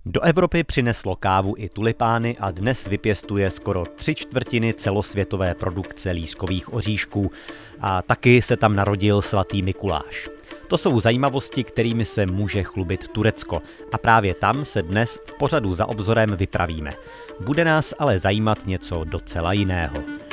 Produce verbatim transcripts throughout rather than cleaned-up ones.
Do Evropy přineslo kávu i tulipány a dnes vypěstuje skoro tři čtvrtiny celosvětové produkce lískových oříšků. A taky se tam narodil svatý Mikuláš. To jsou zajímavosti, kterými se může chlubit Turecko. A právě tam se dnes v pořadu Za obzorem vypravíme. Bude nás ale zajímat něco docela jiného.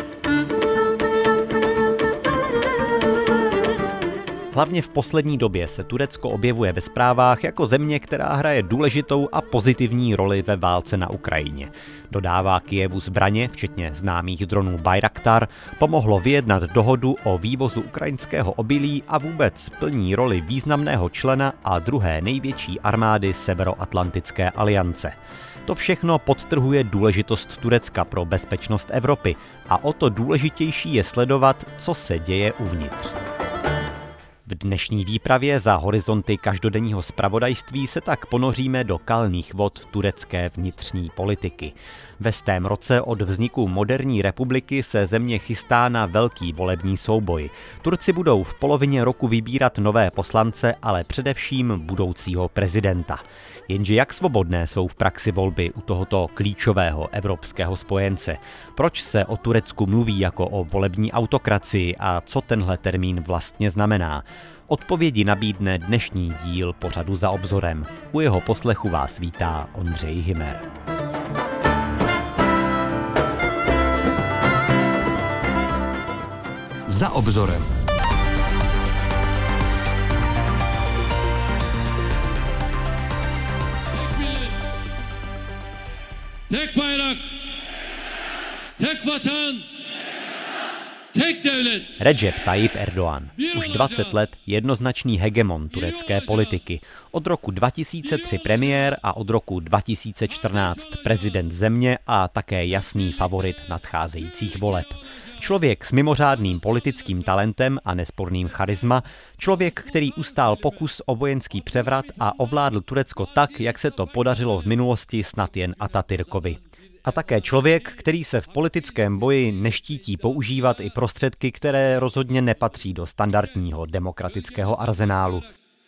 Hlavně v poslední době se Turecko objevuje ve zprávách jako země, která hraje důležitou a pozitivní roli ve válce na Ukrajině. Dodává Kyjevu zbraně, včetně známých dronů Bayraktar, pomohlo vyjednat dohodu o vývozu ukrajinského obilí a vůbec plní roli významného člena a druhé největší armády Severoatlantické aliance. To všechno podtrhuje důležitost Turecka pro bezpečnost Evropy a o to důležitější je sledovat, co se děje uvnitř. V dnešní výpravě za horizonty každodenního zpravodajství se tak ponoříme do kalných vod turecké vnitřní politiky. Ve stém roce od vzniku moderní republiky se země chystá na velký volební souboj. Turci budou v polovině roku vybírat nové poslance, ale především budoucího prezidenta. Jenže jak svobodné jsou v praxi volby u tohoto klíčového evropského spojence? Proč se o Turecku mluví jako o volební autokracii a co tenhle termín vlastně znamená? Odpovědi nabídne dnešní díl pořadu Za obzorem. U jeho poslechu vás vítá Ondřej Hymer. Za obzorem. Tek bayrak, tek vatan, tek devlet. Recep Tayyip Erdoğan. Už dvacet let jednoznačný hegemon turecké politiky. Od roku dva tisíce tři premiér a od roku dva tisíce čtrnáct prezident země a také jasný favorit nadcházejících voleb. Člověk s mimořádným politickým talentem a nesporným charisma, člověk, který ustál pokus o vojenský převrat a ovládl Turecko tak, jak se to podařilo v minulosti snad jen Atatürkovi. A také člověk, který se v politickém boji neštítí používat i prostředky, které rozhodně nepatří do standardního demokratického arzenálu.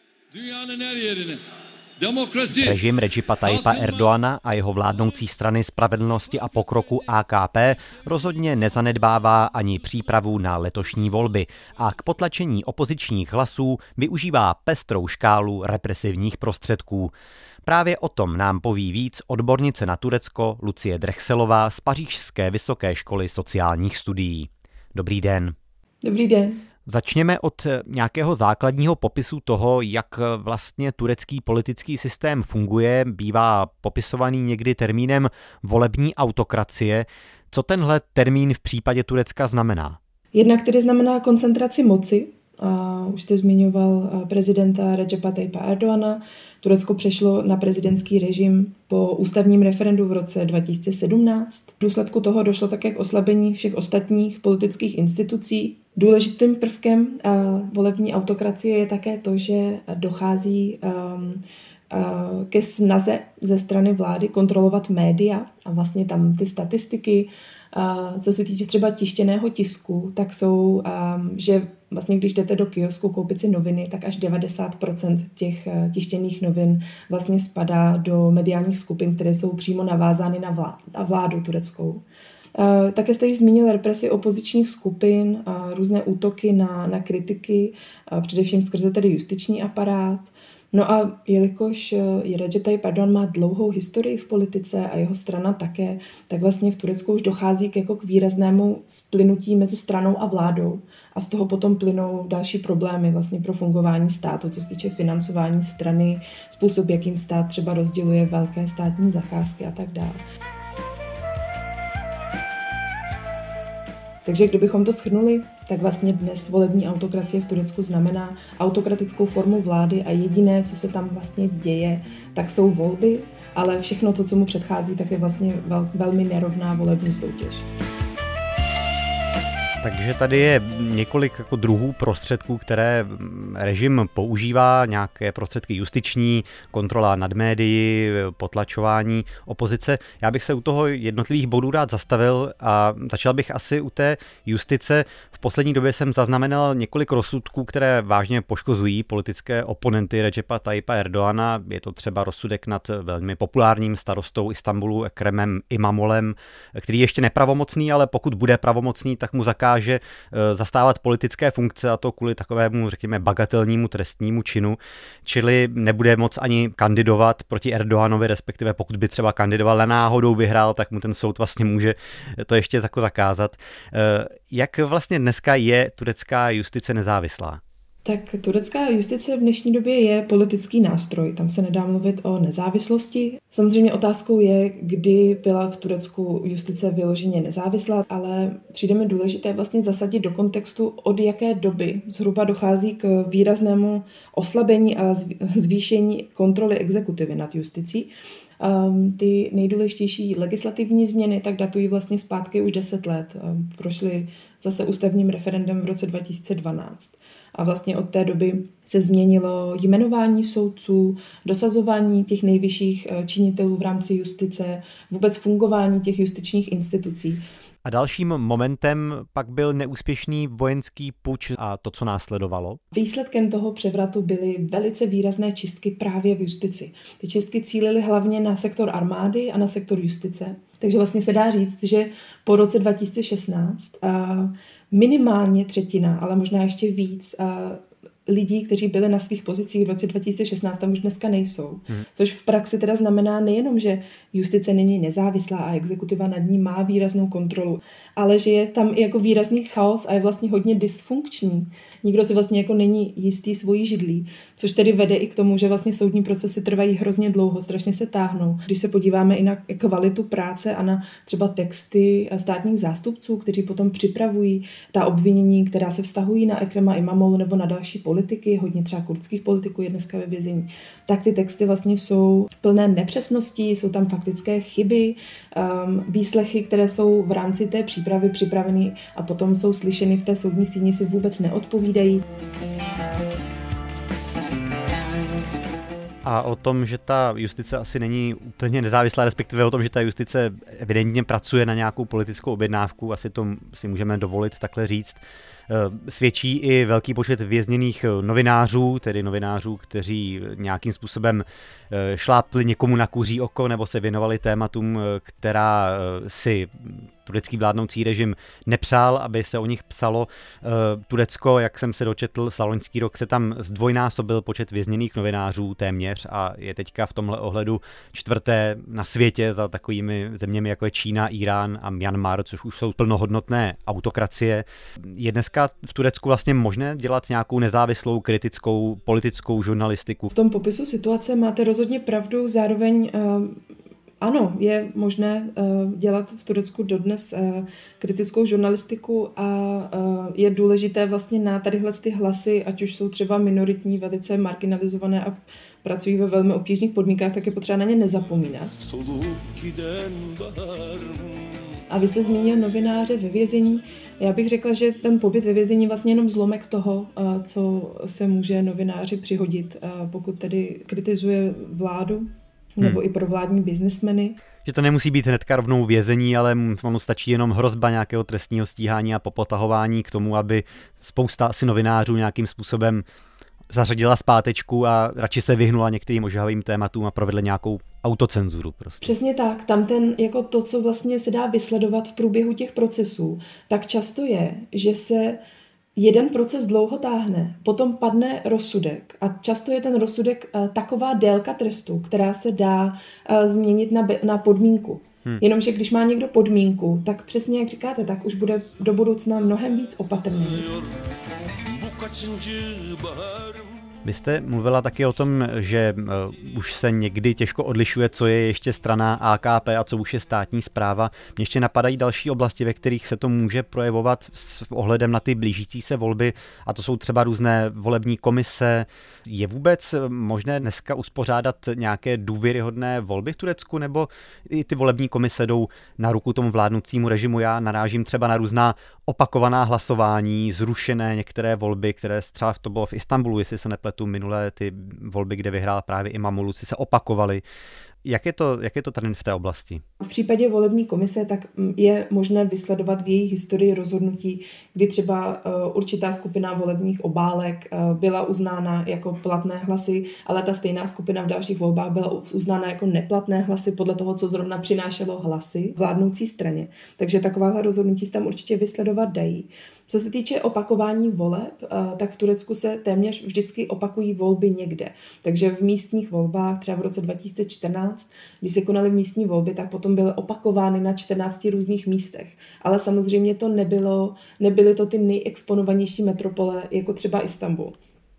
Režim Recepa Tayyipa Erdoğana a jeho vládnoucí strany Spravedlnosti a pokroku A K P rozhodně nezanedbává ani přípravu na letošní volby a k potlačení opozičních hlasů využívá pestrou škálu represivních prostředků. Právě o tom nám poví víc odbornice na Turecko Lucie Drechselová z Pařížské vysoké školy sociálních studií. Dobrý den. Dobrý den. Začněme od nějakého základního popisu toho, jak vlastně turecký politický systém funguje. Bývá popisovaný někdy termínem volební autokracie. Co tenhle termín v případě Turecka znamená? Jednak tedy znamená koncentraci moci. A už jste zmiňoval prezidenta Recepa Tayyipa Erdoğana. Turecko přešlo na prezidentský režim po ústavním referendu v roce dva tisíce sedmnáct. V důsledku toho došlo také k oslabení všech ostatních politických institucí. Důležitým prvkem volební autokracie je také to, že dochází um, ke snaze ze strany vlády kontrolovat média a vlastně tam ty statistiky, co se týče třeba tištěného tisku, tak jsou, že vlastně když jdete do kiosku koupit si noviny, tak až devadesát procent těch tištěných novin vlastně spadá do mediálních skupin, které jsou přímo navázány na vládu, na vládu tureckou. Také jste již zmínil represi opozičních skupin, různé útoky na, na kritiky, především skrze tedy justiční aparát. No a jelikož Recep Tayyip Erdoğan má dlouhou historii v politice a jeho strana také, tak vlastně v Turecku už dochází k, jako k výraznému splynutí mezi stranou a vládou a z toho potom plynou další problémy vlastně pro fungování státu, co se týče financování strany, způsob, jakým stát třeba rozděluje velké státní zakázky a tak dále. Takže kdybychom to shrnuli, tak vlastně dnes volební autokracie v Turecku znamená autokratickou formu vlády a jediné, co se tam vlastně děje, tak jsou volby, ale všechno to, co mu předchází, tak je vlastně vel, velmi nerovná volební soutěž. Takže tady je několik jako druhů prostředků, které režim používá, nějaké prostředky justiční, kontrola nad médii, potlačování opozice. Já bych se u toho jednotlivých bodů rád zastavil a začal bych asi u té justice. V poslední době jsem zaznamenal několik rozsudků, které vážně poškozují politické oponenty Recepa Tayyipa Erdoğana. Je to třeba rozsudek nad velmi populárním starostou Istanbulu Ekremem İmamoğluem, který je ještě nepravomocný, ale pokud bude pravomocný, tak mu zakáže že zastávat politické funkce, a to kvůli takovému, řekněme, bagatelnímu trestnímu činu, čili nebude moc ani kandidovat proti Erdoganovi, respektive pokud by třeba kandidoval a náhodou vyhrál, tak mu ten soud vlastně může to ještě jako zakázat. Jak vlastně dneska je turecká justice nezávislá? Tak turecká justice v dnešní době je politický nástroj, tam se nedá mluvit o nezávislosti. Samozřejmě otázkou je, kdy byla v Turecku justice vyloženě nezávislá, ale přijde mi důležité vlastně zasadit do kontextu, od jaké doby zhruba dochází k výraznému oslabení a zvýšení kontroly exekutivy nad justicí. Um, ty nejdůležitější legislativní změny tak datují vlastně zpátky už deset let. Um, prošly zase ústavním referendem v roce dva tisíce dvanáct. A vlastně od té doby se změnilo jmenování soudců, dosazování těch nejvyšších činitelů v rámci justice, vůbec fungování těch justičních institucí. A dalším momentem pak byl neúspěšný vojenský puč a to, co následovalo? Výsledkem toho převratu byly velice výrazné čistky právě v justici. Ty čistky cílily hlavně na sektor armády a na sektor justice. Takže vlastně se dá říct, že po roce dva tisíce šestnáct minimálně třetina, ale možná ještě víc lidí, kteří byli na svých pozicích v roce dva tisíce šestnáct, tam už dneska nejsou. Hmm. Což v praxi teda znamená nejenom, že justice není nezávislá a exekutiva nad ní má výraznou kontrolu, ale že je tam i jako výrazný chaos a je vlastně hodně dysfunkční. Nikdo si vlastně jako není jistý svojí židlí, což tedy vede i k tomu, že vlastně soudní procesy trvají hrozně dlouho, strašně se táhnou. Když se podíváme i na kvalitu práce a na třeba texty státních zástupců, kteří potom připravují ta obvinění, která se vztahují na Ekrema İmamoğlu nebo na další politiky, hodně třeba kurdských politiků je dneska ve vězení, tak ty texty vlastně jsou plné nepřesností, jsou tam faktické chyby, um, výslechy, které jsou v rámci té přípravy připraveny a potom jsou slyšeny v té soudní síni, si vůbec neodpovídají. A o tom, že ta justice asi není úplně nezávislá, respektive o tom, že ta justice evidentně pracuje na nějakou politickou objednávku, asi to si můžeme dovolit takhle říct, svědčí i velký počet vězněných novinářů, tedy novinářů, kteří nějakým způsobem šlápli někomu na kuří oko nebo se věnovali tématům, která si turecký vládnoucí režim nepřál, aby se o nich psalo. Turecko, jak jsem se dočetl, za loňský rok se tam zdvojnásobil počet vězněných novinářů téměř a je teďka v tomhle ohledu čtvrté na světě za takovými zeměmi, jako je Čína, Irán a Myanmar, což už jsou plnohodnotné autokracie. Je dneska v Turecku vlastně možné dělat nějakou nezávislou, kritickou, politickou žurnalistiku? V tom popisu situace máte rozhodně pravdu, zároveň uh... Ano, je možné uh, dělat v Turecku dodnes uh, kritickou žurnalistiku a uh, je důležité vlastně na tadyhle ty hlasy, ať už jsou třeba minoritní, velice marginalizované a pracují ve velmi obtížných podmínkách, tak je potřeba na ně nezapomínat. A vy jste zmínil novináře ve vězení. Já bych řekla, že ten pobyt ve vězení je vlastně jenom zlomek toho, uh, co se může novináři přihodit, uh, pokud tedy kritizuje vládu. Nebo hmm. i pro vládní biznismeny. Že to nemusí být hnedka rovnou vězení, ale ono stačí jenom hrozba nějakého trestního stíhání a popotahování k tomu, aby spousta asi novinářů nějakým způsobem zařadila zpátečku a radši se vyhnula některým ožahavým tématům a provedla nějakou autocenzuru. Prostě. Přesně tak. Tam ten, jako to, co vlastně se dá vysledovat v průběhu těch procesů, tak často je, že se jeden proces dlouho táhne, potom padne rozsudek a často je ten rozsudek uh, taková délka trestu, která se dá uh, změnit na, be- na podmínku. Hmm. Jenomže když má někdo podmínku, tak přesně jak říkáte, tak už bude do budoucna mnohem víc opatrný. Vy jste mluvila taky o tom, že uh, už se někdy těžko odlišuje, co je ještě strana A K P a co už je státní správa. Mě ještě napadají další oblasti, ve kterých se to může projevovat s ohledem na ty blížící se volby, a to jsou třeba různé volební komise. Je vůbec možné dneska uspořádat nějaké důvěryhodné volby v Turecku, nebo i ty volební komise jdou na ruku tomu vládnoucímu režimu? Já narážím třeba na různá opakovaná hlasování, zrušené některé volby, které třeba to bylo v Istanbulu, jestli se nepletu, minulé ty volby, kde vyhrál právě Imamoglu, se opakovaly. Jak je to, jak je to trend v té oblasti? V případě volební komise tak je možné vysledovat v její historii rozhodnutí, kdy třeba určitá skupina volebních obálek byla uznána jako platné hlasy, ale ta stejná skupina v dalších volbách byla uznána jako neplatné hlasy podle toho, co zrovna přinášelo hlasy vládnoucí straně. Takže takováhle rozhodnutí se tam určitě vysledovat dají. Co se týče opakování voleb, tak v Turecku se téměř vždycky opakují volby někde. Takže v místních volbách, třeba v roce dva tisíce čtrnáct, když se konaly místní volby, tak potom byly opakovány na čtrnácti různých místech. Ale samozřejmě to nebylo, nebyly to ty nejexponovanější metropole, jako třeba Istanbul.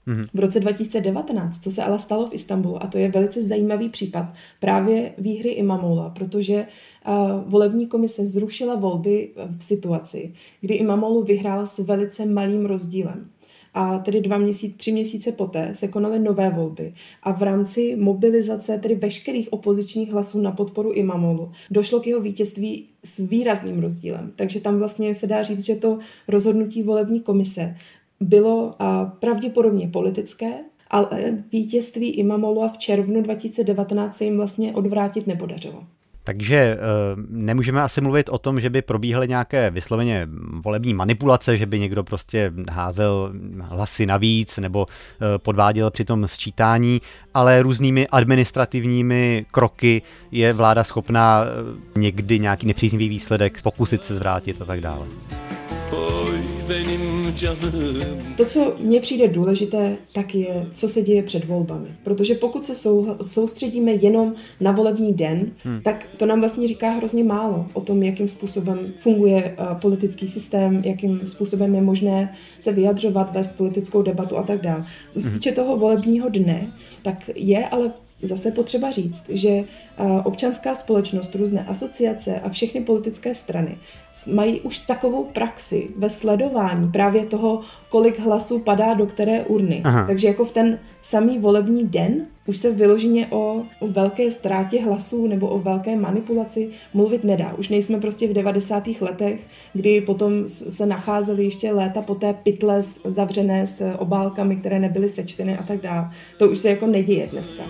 V roce dva tisíce devatenáct, co se ale stalo v Istanbulu, a to je velice zajímavý případ právě výhry Imamoglu, protože uh, volební komise zrušila volby v situaci, kdy Imamoglu vyhrál s velice malým rozdílem. A tedy dva měsíce, tři měsíce poté se konaly nové volby a v rámci mobilizace tedy veškerých opozičních hlasů na podporu Imamoglu došlo k jeho vítězství s výrazným rozdílem. Takže tam vlastně se dá říct, že to rozhodnutí volební komise bylo pravděpodobně politické, ale vítězství Imamoglu v červnu dva tisíce devatenáct se jim vlastně odvrátit nepodařilo. Takže nemůžeme asi mluvit o tom, že by probíhaly nějaké vysloveně volební manipulace, že by někdo prostě házel hlasy navíc nebo podváděl při tom sčítání, ale různými administrativními kroky je vláda schopná někdy nějaký nepříznivý výsledek pokusit se zvrátit a tak dále. To, co mně přijde důležité, tak je, co se děje před volbami. Protože pokud se sou, soustředíme jenom na volební den, hmm. tak to nám vlastně říká hrozně málo o tom, jakým způsobem funguje uh, politický systém, jakým způsobem je možné se vyjadřovat, vést politickou debatu a tak dále. Co se týče toho volebního dne, tak je ale zase potřeba říct, že občanská společnost, různé asociace a všechny politické strany mají už takovou praxi ve sledování právě toho, kolik hlasů padá do které urny. Aha. Takže jako v ten samý volební den už se vyloženě o, o velké ztrátě hlasů nebo o velké manipulaci mluvit nedá. Už nejsme prostě v devadesátých letech, kdy potom se nacházely ještě léta poté pytle zavřené s obálkami, které nebyly sečteny a tak dále. To už se jako neděje dneska.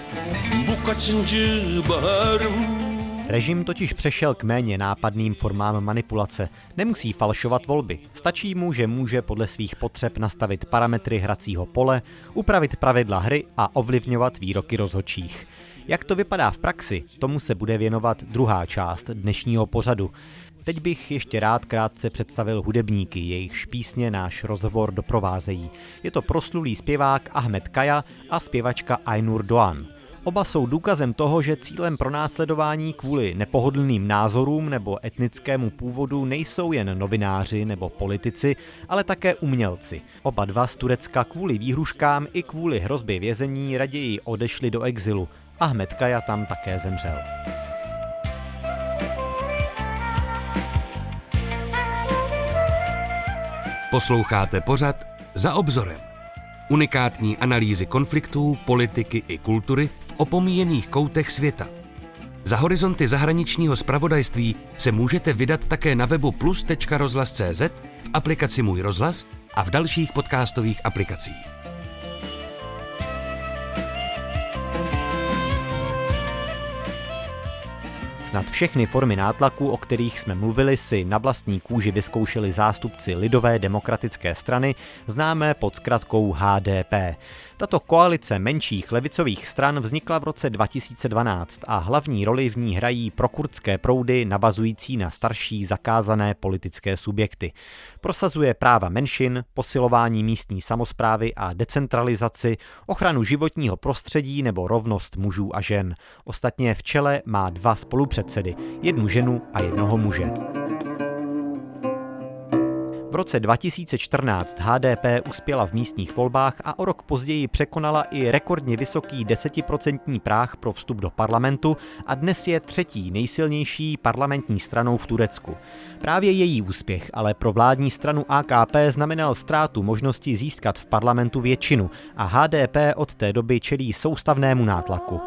Režim totiž přešel k méně nápadným formám manipulace. Nemusí falšovat volby. Stačí mu, že může podle svých potřeb nastavit parametry hracího pole, upravit pravidla hry a ovlivňovat výroky rozhodčích. Jak to vypadá v praxi, tomu se bude věnovat druhá část dnešního pořadu. Teď bych ještě rád krátce představil hudebníky, jejichž písně náš rozhovor doprovázejí. Je to proslulý zpěvák Ahmet Kaya a zpěvačka Aynur Doğan. Oba jsou důkazem toho, že cílem pronásledování kvůli nepohodlným názorům nebo etnickému původu nejsou jen novináři nebo politici, ale také umělci. Oba dva z Turecka kvůli výhruškám i kvůli hrozbě vězení raději odešli do exilu. Ahmet Kaya tam také zemřel. Posloucháte pořad Za obzorem. Unikátní analýzy konfliktů, politiky i kultury v opomíjených koutech světa. Za horizonty zahraničního zpravodajství se můžete vydat také na webu plus tečka rozhlas tečka cé zet, v aplikaci Můj rozhlas a v dalších podcastových aplikacích. Snad všechny formy nátlaku, o kterých jsme mluvili, si na vlastní kůži vyzkoušeli zástupci Lidové demokratické strany, známé pod zkratkou H D P. Tato koalice menších levicových stran vznikla v roce dva tisíce dvanáct a hlavní roli v ní hrají prokurdské proudy navazující na starší zakázané politické subjekty. Prosazuje práva menšin, posilování místní samosprávy a decentralizaci, ochranu životního prostředí nebo rovnost mužů a žen. Ostatně v čele má dva spolupředsedy, jednu ženu a jednoho muže. V roce dva tisíce čtrnáct H D P uspěla v místních volbách a o rok později překonala i rekordně vysoký desetiprocentní práh pro vstup do parlamentu a dnes je třetí nejsilnější parlamentní stranou v Turecku. Právě její úspěch ale pro vládní stranu A K P znamenal ztrátu možnosti získat v parlamentu většinu a H D P od té doby čelí soustavnému nátlaku.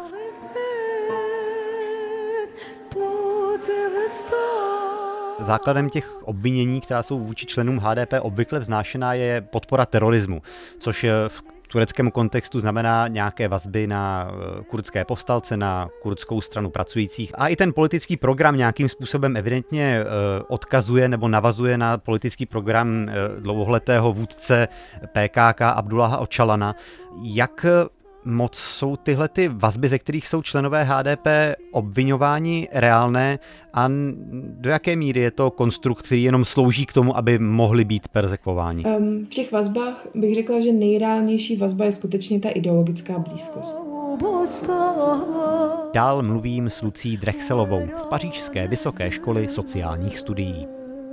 Základem těch obvinění, která jsou vůči členům H D P obvykle vznášená, je podpora terorismu, což v tureckém kontextu znamená nějaké vazby na kurdské povstalce, na kurdskou stranu pracujících. A i ten politický program nějakým způsobem evidentně odkazuje nebo navazuje na politický program dlouholetého vůdce P K K Abdullaha Öcalana. Jak moc jsou tyhle ty vazby, ze kterých jsou členové H D P obviňováni, reálné a do jaké míry je to konstrukt, který jenom slouží k tomu, aby mohli být perzekvováni? Um, v těch vazbách bych řekla, že nejreálnější vazba je skutečně ta ideologická blízkost. Dál mluvím s Lucí Drechselovou z Pařížské vysoké školy sociálních studií.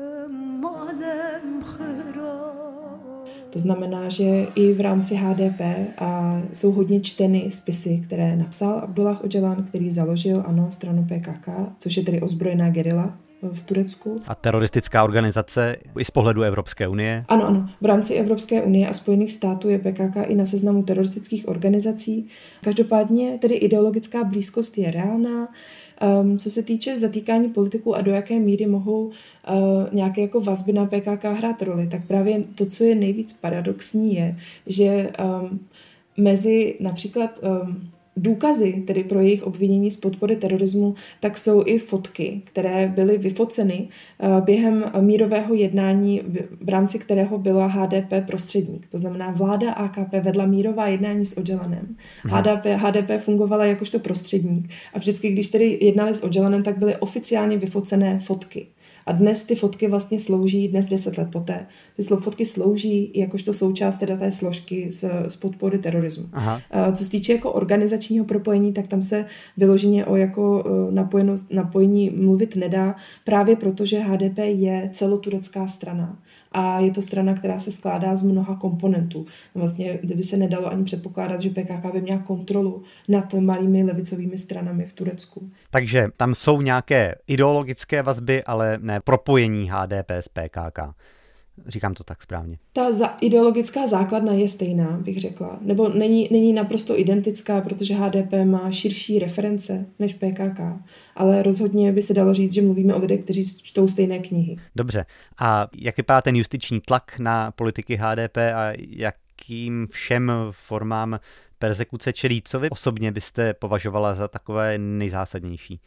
To znamená, že i v rámci H D P a jsou hodně čteny spisy, které napsal Abdullah Öcalan, který založil, ano, stranu P K K, což je tedy ozbrojená gerila v Turecku. A teroristická organizace i z pohledu Evropské unie? Ano, ano. V rámci Evropské unie a Spojených států je P K K i na seznamu teroristických organizací. Každopádně tedy ideologická blízkost je reálná. Um, co se týče zatýkání politiků a do jaké míry mohou uh, nějaké jako vazby na P K K hrát roli, tak právě to, co je nejvíc paradoxní, je, že um, mezi například um, důkazy, tedy pro jejich obvinění z podpory terorismu, tak jsou i fotky, které byly vyfoceny během mírového jednání, v rámci kterého byla H D P prostředník. To znamená, vláda A K P vedla mírová jednání s Öcalanem. H D P, H D P fungovala jakožto prostředník a vždycky, když tedy jednali s Öcalanem, tak byly oficiálně vyfocené fotky. A dnes ty fotky vlastně slouží, dnes deset let poté, ty fotky slouží jakožto součást teda té složky z, z podpory terorismu. Aha. Co se týče jako organizačního propojení, tak tam se vyloženě o jako napojenost, napojení mluvit nedá, právě protože H D P je celoturecká strana. A je to strana, která se skládá z mnoha komponentů. Vlastně, kdyby se nedalo ani předpokládat, že P K K by měla kontrolu nad malými levicovými stranami v Turecku. Takže tam jsou nějaké ideologické vazby, ale ne propojení H D P s P K K. Říkám to tak správně. Ta za, ideologická základna je stejná, bych řekla. Nebo není, není naprosto identická, protože H D P má širší reference než P K K. Ale rozhodně by se dalo říct, že mluvíme o lidech, kteří čtou stejné knihy. Dobře. A jak vypadá ten justiční tlak na politiky H D P a jakým všem formám perzekuce čelí? Co vy osobně byste považovala za takové nejzásadnější?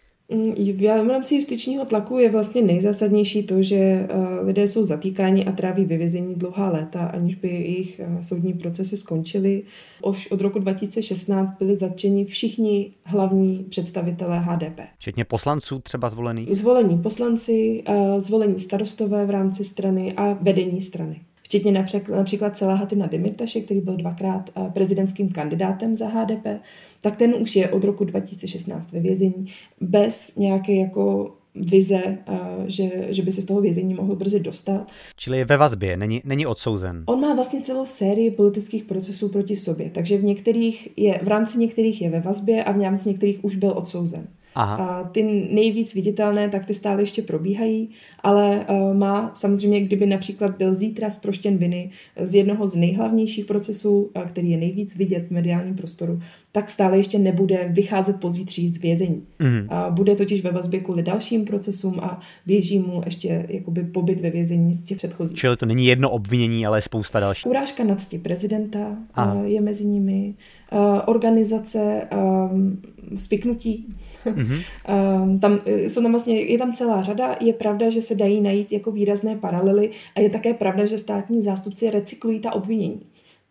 V rámci justičního tlaku je vlastně nejzásadnější to, že lidé jsou zatýkáni a tráví ve vězení dlouhá léta, aniž by jejich soudní procesy skončily. Už od roku dva tisíce šestnáct byli zatčeni všichni hlavní představitelé H D P. Včetně poslanců třeba zvolených? Zvolení poslanci, zvolení starostové v rámci strany a vedení strany. Včetně například, například Selahattina Demirtaše, který byl dvakrát prezidentským kandidátem za H D P, tak ten už je od roku dva tisíce šestnáct ve vězení bez nějaké jako vize, že, že by se z toho vězení mohl brzy dostat. Čili je ve vazbě, není, není odsouzen. On má vlastně celou sérii politických procesů proti sobě, takže v některých je, v rámci některých je ve vazbě a v rámci některých už byl odsouzen. Aha. A ty nejvíc viditelné, tak ty stále ještě probíhají, ale uh, má samozřejmě, kdyby například byl zítra zproštěn viny z jednoho z nejhlavnějších procesů, uh, který je nejvíc vidět v mediálním prostoru, tak stále ještě nebude vycházet pozítří z vězení. Mm. Uh, bude totiž ve vazbě kvůli dalším procesům a běží mu ještě jakoby pobyt ve vězení z těch předchozích. Čili to není jedno obvinění, ale spousta dalších. Urážka na cti prezidenta uh, je mezi nimi, uh, organizace um, spiknutí. Mm-hmm. um, tam, jsou tam vlastně, je tam celá řada. Je pravda, že se dají najít jako výrazné paralely a je také pravda, že státní zástupci recyklují ta obvinění.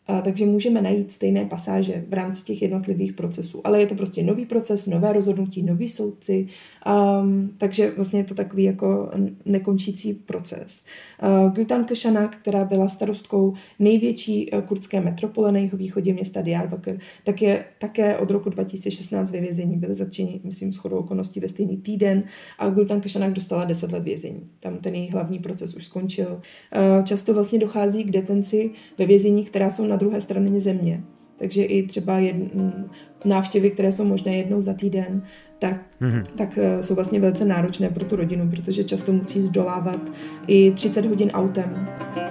A, takže můžeme najít stejné pasáže v rámci těch jednotlivých procesů. Ale je to prostě nový proces, nové rozhodnutí, noví soudci, um, takže vlastně je to takový jako nekončící proces. Uh, Gültan Kışanak, která byla starostkou největší uh, kurdské metropole na jihovýchodě města Diyarbakır, tak je také od roku dva tisíce šestnáct ve vězení. Byly zatčeni, myslím, shodou okolností ve stejný týden a Gültan Kışanak dostala deset let vězení. Tam ten její hlavní proces už skončil. Uh, často vlastně dochází k detenci ve vězení, která jsou na druhé straně země. Takže i třeba jedn, návštěvy, které jsou možné jednou za týden, tak, mm-hmm. tak jsou vlastně velice náročné pro tu rodinu, protože často musí zdolávat i třicet hodin autem.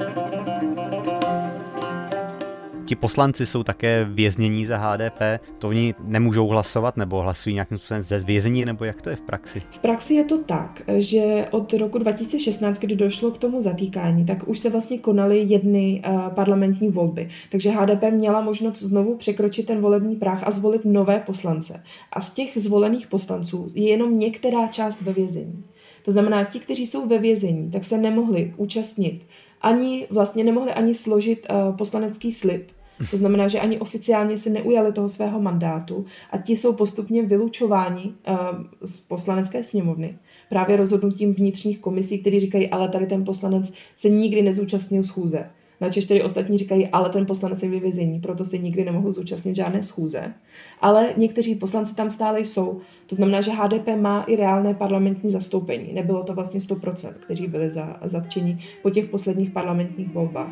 Ti poslanci jsou také věznění za H D P, to oni nemůžou hlasovat nebo hlasují nějakým způsobem ze vězení, nebo jak to je v praxi? V praxi je to tak, že od roku dva tisíce šestnáct, kdy došlo k tomu zatýkání, tak už se vlastně konaly jedny uh, parlamentní volby. Takže H D P měla možnost znovu překročit ten volební práh a zvolit nové poslance. A z těch zvolených poslanců je jenom některá část ve vězení. To znamená, ti, kteří jsou ve vězení, tak se nemohli účastnit, ani vlastně nemohli ani složit uh, poslanecký slib. To znamená, že ani oficiálně se neujali toho svého mandátu a ti jsou postupně vylučováni uh, z poslanecké sněmovny právě rozhodnutím vnitřních komisí, kteří říkají, ale tady ten poslanec se nikdy nezúčastnil schůze. Načež tedy ostatní říkají, ale ten poslanec je ve vězení, proto se nikdy nemohl zúčastnit žádné schůze. Ale někteří poslanci tam stále jsou. To znamená, že H D P má i reálné parlamentní zastoupení. Nebylo to vlastně sto procent, kteří byli za, zatčeni po těch posledních parlamentních volbách.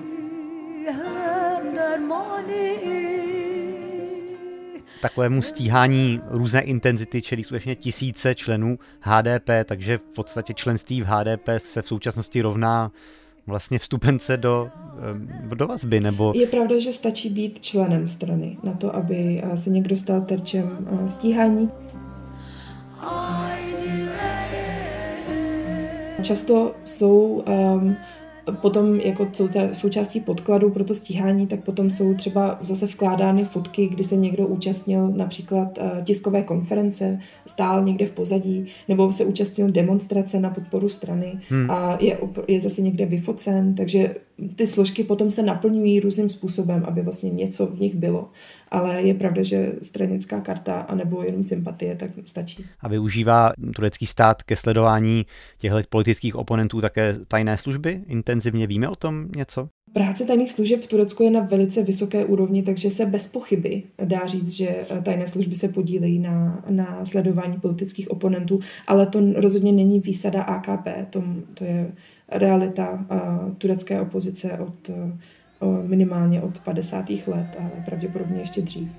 Takovému stíhání různé intenzity čelí skutečně tisíce členů H D P, takže v podstatě členství v H D P se v současnosti rovná vlastně vstupence do, do vazby, nebo... Je pravda, že stačí být členem strany na to, aby se někdo stal terčem stíhání. Často jsou um, potom jako součástí podkladu pro to stíhání, tak potom jsou třeba zase vkládány fotky, kdy se někdo účastnil například tiskové konference, stál někde v pozadí, nebo se účastnil demonstrace na podporu strany hmm. a je, je zase někde vyfocen, takže ty složky potom se naplňují různým způsobem, aby vlastně něco v nich bylo. Ale je pravda, že stranická karta anebo jenom sympatie tak stačí. A využívá turecký stát ke sledování těchto politických oponentů také tajné služby? Intenzivně víme o tom něco? Práce tajných služeb v Turecku je na velice vysoké úrovni, takže se bez pochyby dá říct, že tajné služby se podílejí na, na sledování politických oponentů, ale to rozhodně není výsada A K P, to, to je realita uh, turecké opozice od uh, minimálně od padesátých let, ale pravděpodobně ještě dřív.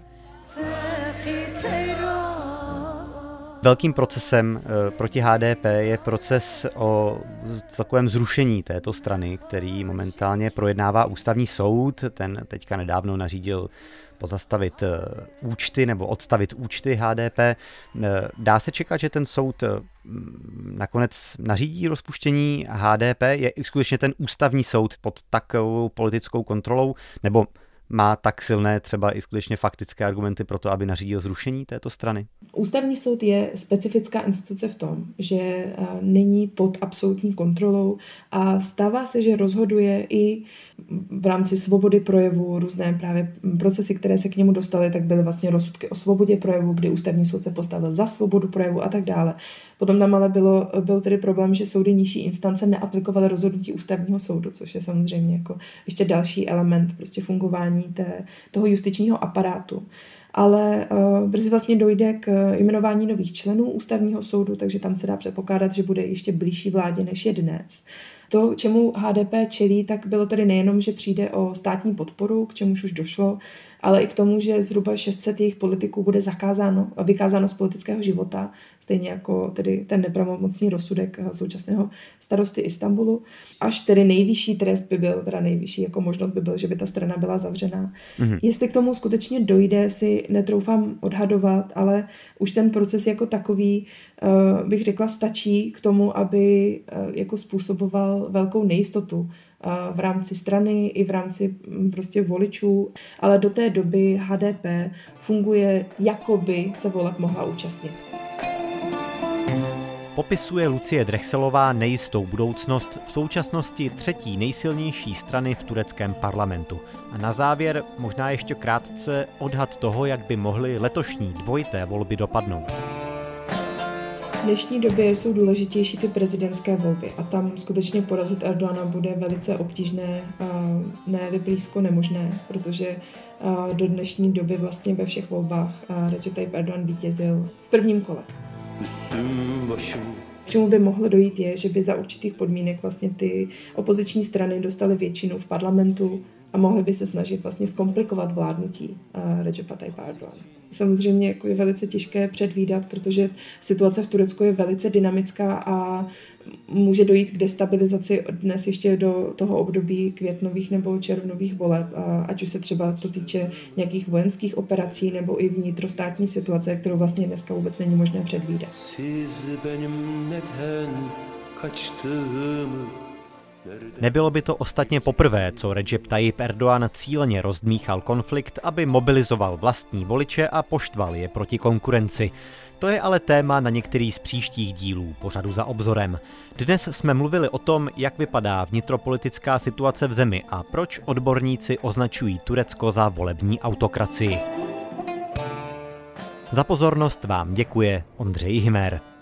Velkým procesem proti H D P je proces o takovém zrušení této strany, který momentálně projednává ústavní soud. Ten teďka nedávno nařídil pozastavit účty nebo odstavit účty H D P. Dá se čekat, že ten soud nakonec nařídí rozpuštění H D P? Je skutečně ten ústavní soud pod takovou politickou kontrolou, nebo má tak silné třeba i skutečně faktické argumenty pro to, aby nařídil zrušení této strany? Ústavní soud je specifická instituce v tom, že není pod absolutní kontrolou a stává se, že rozhoduje i v rámci svobody projevu, různé právě procesy, které se k němu dostaly, tak byly vlastně rozsudky o svobodě projevu, kdy ústavní soud se postavil za svobodu projevu a tak dále. Potom tam ale bylo, byl tedy problém, že soudy nižší instance neaplikovaly rozhodnutí ústavního soudu, což je samozřejmě jako ještě další element prostě fungování té, toho justičního aparátu. Ale uh, brzy vlastně dojde k jmenování nových členů ústavního soudu, takže tam se dá předpokládat, že bude ještě blížší vládě, než je dnes. To, čemu H D P čelí, tak bylo tedy nejenom, že přijde o státní podporu, k čemuž už došlo, ale i k tomu, že zhruba šest set jejich politiků bude zakázáno, vykázáno z politického života, stejně jako tedy ten nepravomocný rozsudek současného starosty Istanbulu. Až tedy nejvyšší trest by byl, teda nejvyšší jako možnost by byl, že by ta strana byla zavřená. Mm-hmm. Jestli k tomu skutečně dojde, si netroufám odhadovat, ale už ten proces jako takový, uh, bych řekla, stačí k tomu, aby uh, jako způsoboval velkou nejistotu v rámci strany i v rámci prostě voličů, ale do té doby H D P funguje, jako by se voleb mohla účastnit. popisuje Lucie Drechselová nejistou budoucnost v současnosti třetí nejsilnější strany v tureckém parlamentu. A na závěr možná ještě krátce odhad toho, jak by mohly letošní dvojité volby dopadnout. V dnešní době jsou důležitější ty prezidentské volby a tam skutečně porazit Erdoğana bude velice obtížné, ne blízko nemožné, protože do dnešní doby vlastně ve všech volbách Recep Tayyip Erdoğan vítězil v prvním kole. K čemu by mohlo dojít je, že by za určitých podmínek vlastně ty opoziční strany dostaly většinu v parlamentu a mohly by se snažit vlastně zkomplikovat vládnutí Recepa Tayyipa Erdoğana. Samozřejmě jako je velice těžké předvídat, protože situace v Turecku je velice dynamická a může dojít k destabilizaci dnes ještě do toho období květnových nebo červnových voleb, ať už se třeba to týče nějakých vojenských operací nebo i vnitrostátní situace, kterou vlastně dneska vůbec není možné předvídat. Nebylo by to ostatně poprvé, co Recep Tayyip Erdoğan cíleně rozdmíchal konflikt, aby mobilizoval vlastní voliče a poštval je proti konkurenci. To je ale téma na některý z příštích dílů pořadu Za obzorem. Dnes jsme mluvili o tom, jak vypadá vnitropolitická situace v zemi a proč odborníci označují Turecko za volební autokracii. Za pozornost vám děkuje Ondřej Himer.